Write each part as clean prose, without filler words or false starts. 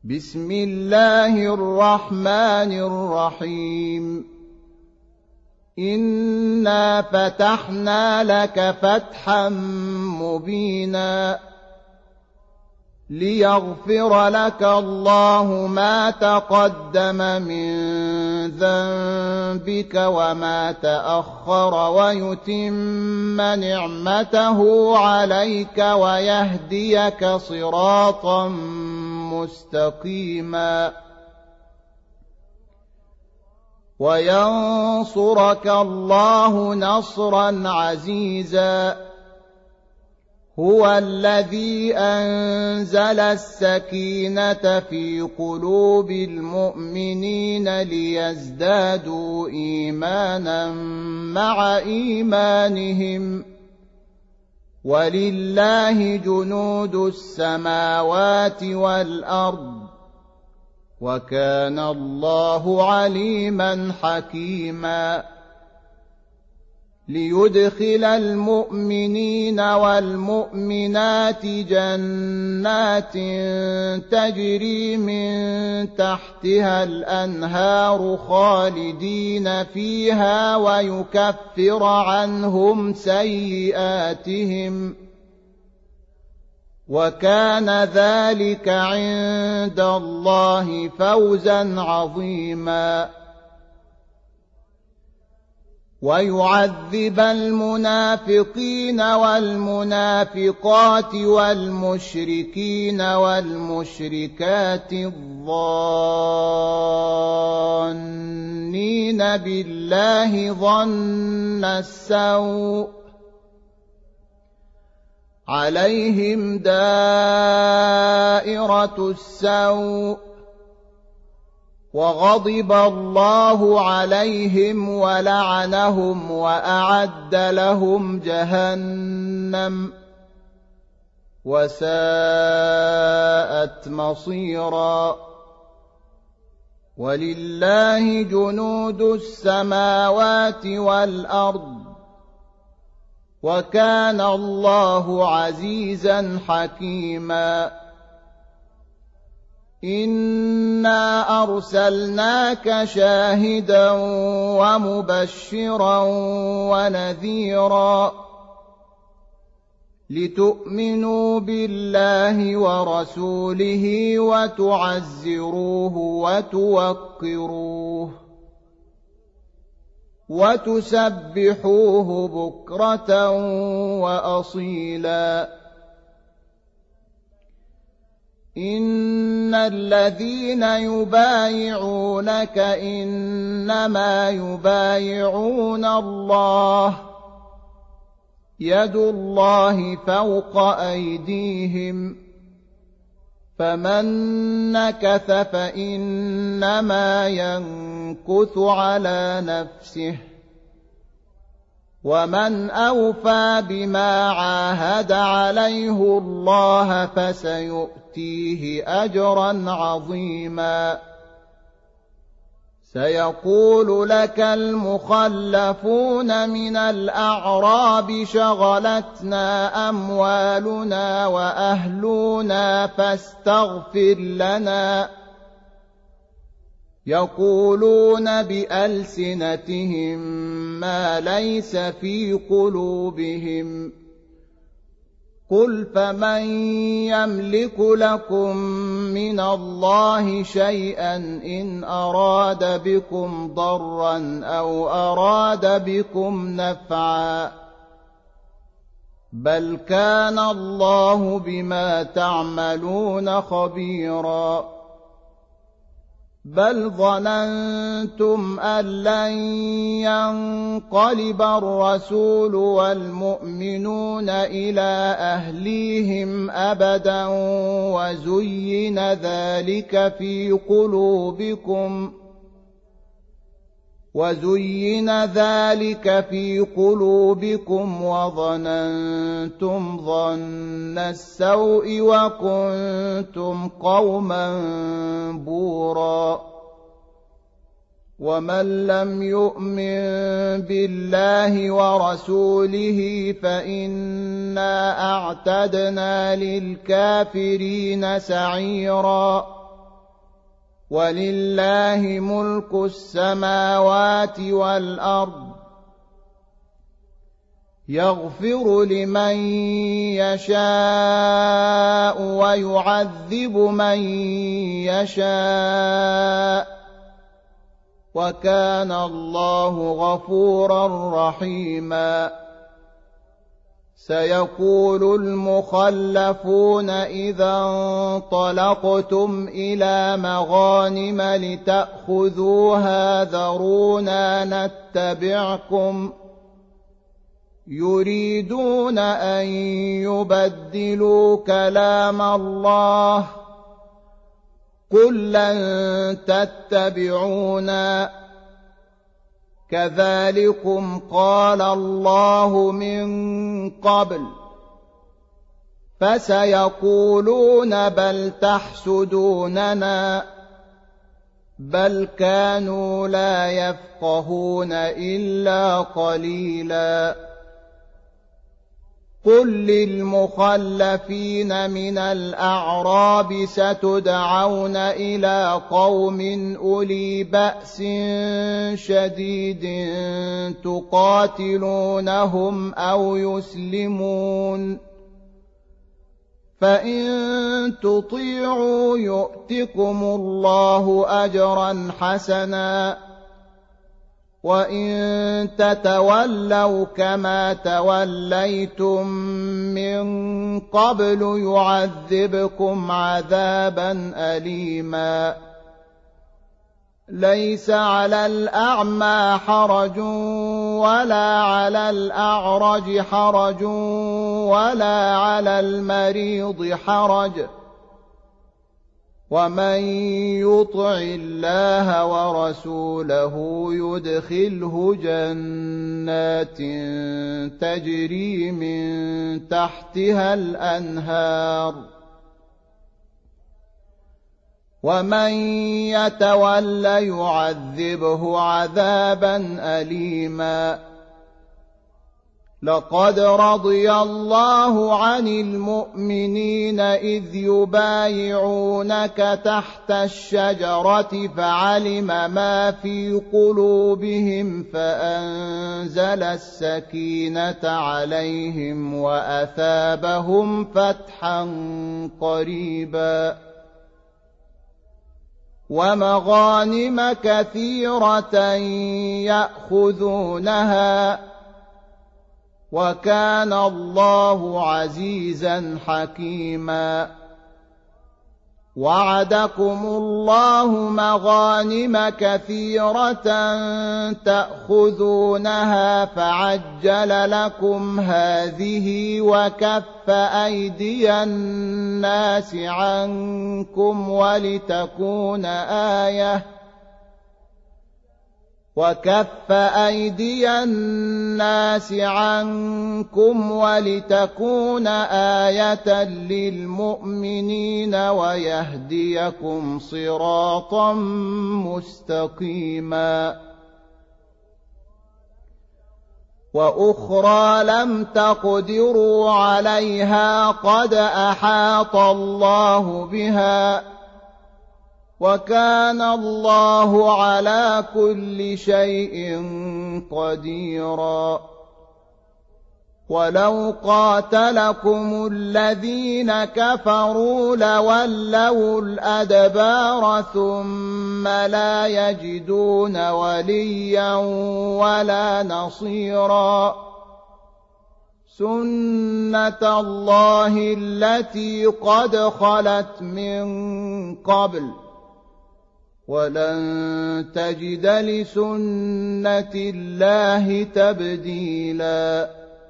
بسم الله الرحمن الرحيم إنا فتحنا لك فتحا مبينا ليغفر لك الله ما تقدم من ذنبك وما تأخر ويتم نعمته عليك ويهديك صراطا مستقيما وينصرك الله نصرا عزيزا هو الذي أنزل السكينة في قلوب المؤمنين ليزدادوا إيمانا مع إيمانهم ولله جنود السماوات والأرض وكان الله عليما حكيما ليدخل المؤمنين والمؤمنات جنات تجري من تحتها الأنهار خالدين فيها ويكفر عنهم سيئاتهم وكان ذلك عند الله فوزا عظيما ويعذب المنافقين والمنافقات والمشركين والمشركات الظانين بالله ظن السوء عليهم دائرة السوء وغضب الله عليهم ولعنهم وأعد لهم جهنم وساءت مصيرا ولله جنود السماوات والأرض وكان الله عزيزا حكيما إنا أرسلناك شاهدا ومبشرا ونذيرا لتؤمنوا بالله ورسوله وتعزروه وتوقروه وتسبحوه بكرة وأصيلا إن الذين يبايعونك إنما يبايعون الله يد الله فوق أيديهم فمن نكث فإنما ينكث على نفسه ومن أوفى بما عاهد عليه الله فسيؤتيه أجرا عظيما سيقول لك المخلفون من الأعراب شغلتنا أموالنا وأهلنا فاستغفر لنا يقولون بألسنتهم ما ليس في قلوبهم قل فمن يملك لكم من الله شيئا إن أراد بكم ضرا أو أراد بكم نفعا بل كان الله بما تعملون خبيرا بل ظننتم أن لن ينقلب الرسول والمؤمنون إلى أهليهم أبدا وزين ذلك في قلوبكم وظننتم ظن السوء وكنتم قوما بورا ومن لم يؤمن بالله ورسوله فإنا أعتدنا للكافرين سعيرا ولله ملك السماوات والأرض يغفر لمن يشاء ويعذب من يشاء وكان الله غفورا رحيما سيقول المخلفون إذا انطلقتم إلى مغانم لتأخذوها ذرونا نتبعكم يريدون أن يبدلوا كلام الله قل لن تتبعونا كذلكم قال الله من قبل فسيقولون بل تحسدوننا بل كانوا لا يفقهون إلا قليلا قل للمخلفين من الأعراب ستدعون إلى قوم أولي بأس شديد تقاتلونهم أو يسلمون فإن تطيعوا يؤتكم الله أجرا حسنا وإن تتولوا كما توليتم من قبل يعذبكم عذابا أليما ليس على الأعمى حرج ولا على الأعرج حرج ولا على المريض حرج ومن يطع الله ورسوله يدخله جنات تجري من تحتها الأنهار ومن يتول يعذبه عذابا أليما لقد رضي الله عن المؤمنين إذ يبايعونك تحت الشجرة فعلم ما في قلوبهم فأنزل السكينة عليهم وأثابهم فتحا قريبا ومغانم كثيرة يأخذونها وكان الله عزيزا حكيما وعدكم الله مغانم كثيرة تأخذونها فعجل لكم هذه وكف أيدي الناس عنكم ولتكون آية للمؤمنين ويهديكم صراطا مستقيما وأخرى لم تقدروا عليها قد أحاط الله بها وكان الله على كل شيء قديرا ولو قاتلكم الذين كفروا لولوا الأدبار ثم لا يجدون وليا ولا نصيرا سنة الله التي قد خلت من قبل ولن تجد لسنة الله تبديلا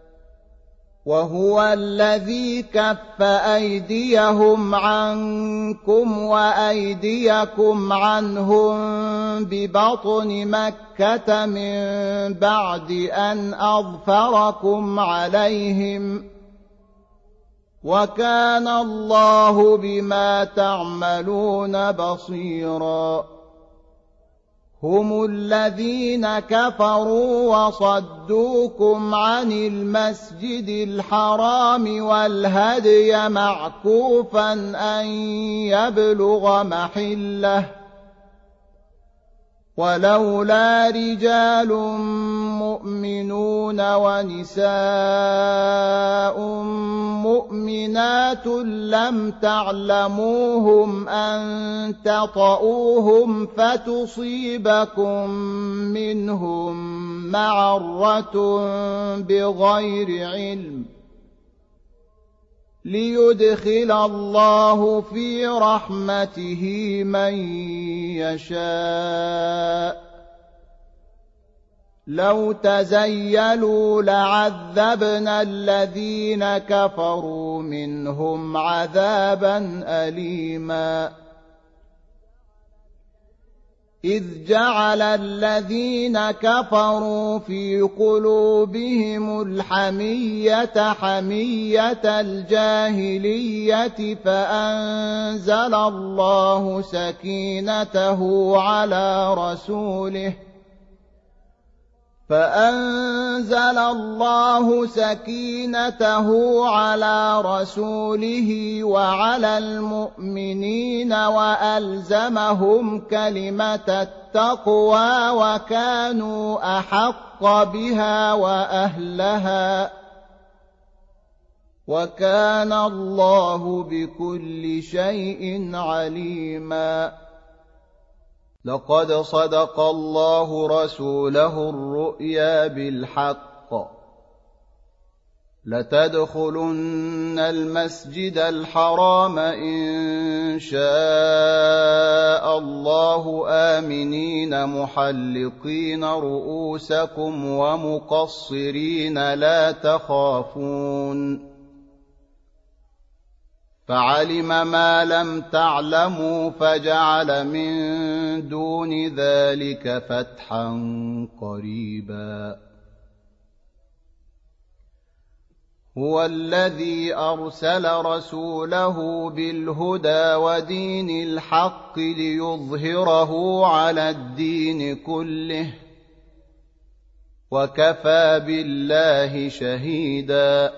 وهو الذي كف أيديهم عنكم وأيديكم عنهم ببطن مكة من بعد أن أظفركم عليهم وكان الله بما تعملون بصيرا هم الذين كفروا وصدوكم عن المسجد الحرام والهدي معكوفا أن يبلغ محله ولولا رجال مؤمنون ونساء مؤمنات لم تعلموهم أن تطؤوهم فتصيبكم منهم معرة بغير علم ليدخل الله في رحمته من يشاء لو تزيلوا لعذبنا الذين كفروا منهم عذابا أليما إذ جعل الذين كفروا في قلوبهم الحمية حمية الجاهلية فأنزل الله سكينته على رسوله وعلى المؤمنين وألزمهم كلمة التقوى وكانوا أحق بها وأهلها وكان الله بكل شيء عليما لقد صدق الله رسوله الرؤيا بالحق لتدخلن المسجد الحرام إن شاء الله آمنين محلقين رؤوسكم ومقصرين لا تخافون فعلم ما لم تعلموا فجعل من دون ذلك فتحا قريبا هو الذي أرسل رسوله بالهدى ودين الحق ليظهره على الدين كله وكفى بالله شهيدا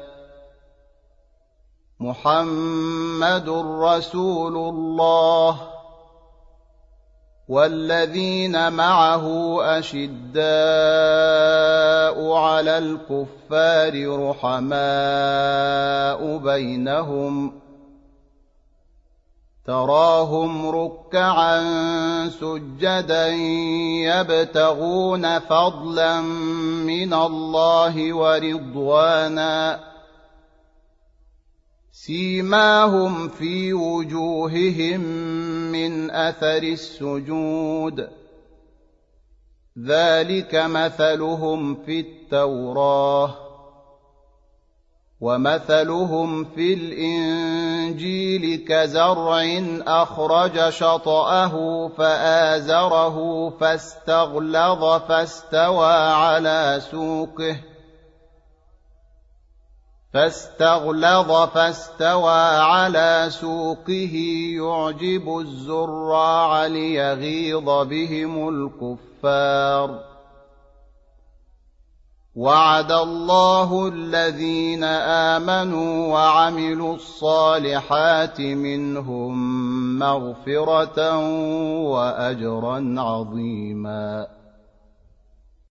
محمد رسول الله والذين معه أشداء على الكفار رحماء بينهم تراهم ركعا سجدا يبتغون فضلا من الله ورضوانا سيماهم في وجوههم من أثر السجود ذلك مثلهم في التوراة ومثلهم في الإنجيل كزرع أخرج شطأه فآزره فاستغلظ فاستوى على سوقه يعجب الزراع ليغيظ بهم الكفار وعد الله الذين آمنوا وعملوا الصالحات منهم مغفرة وأجرا عظيما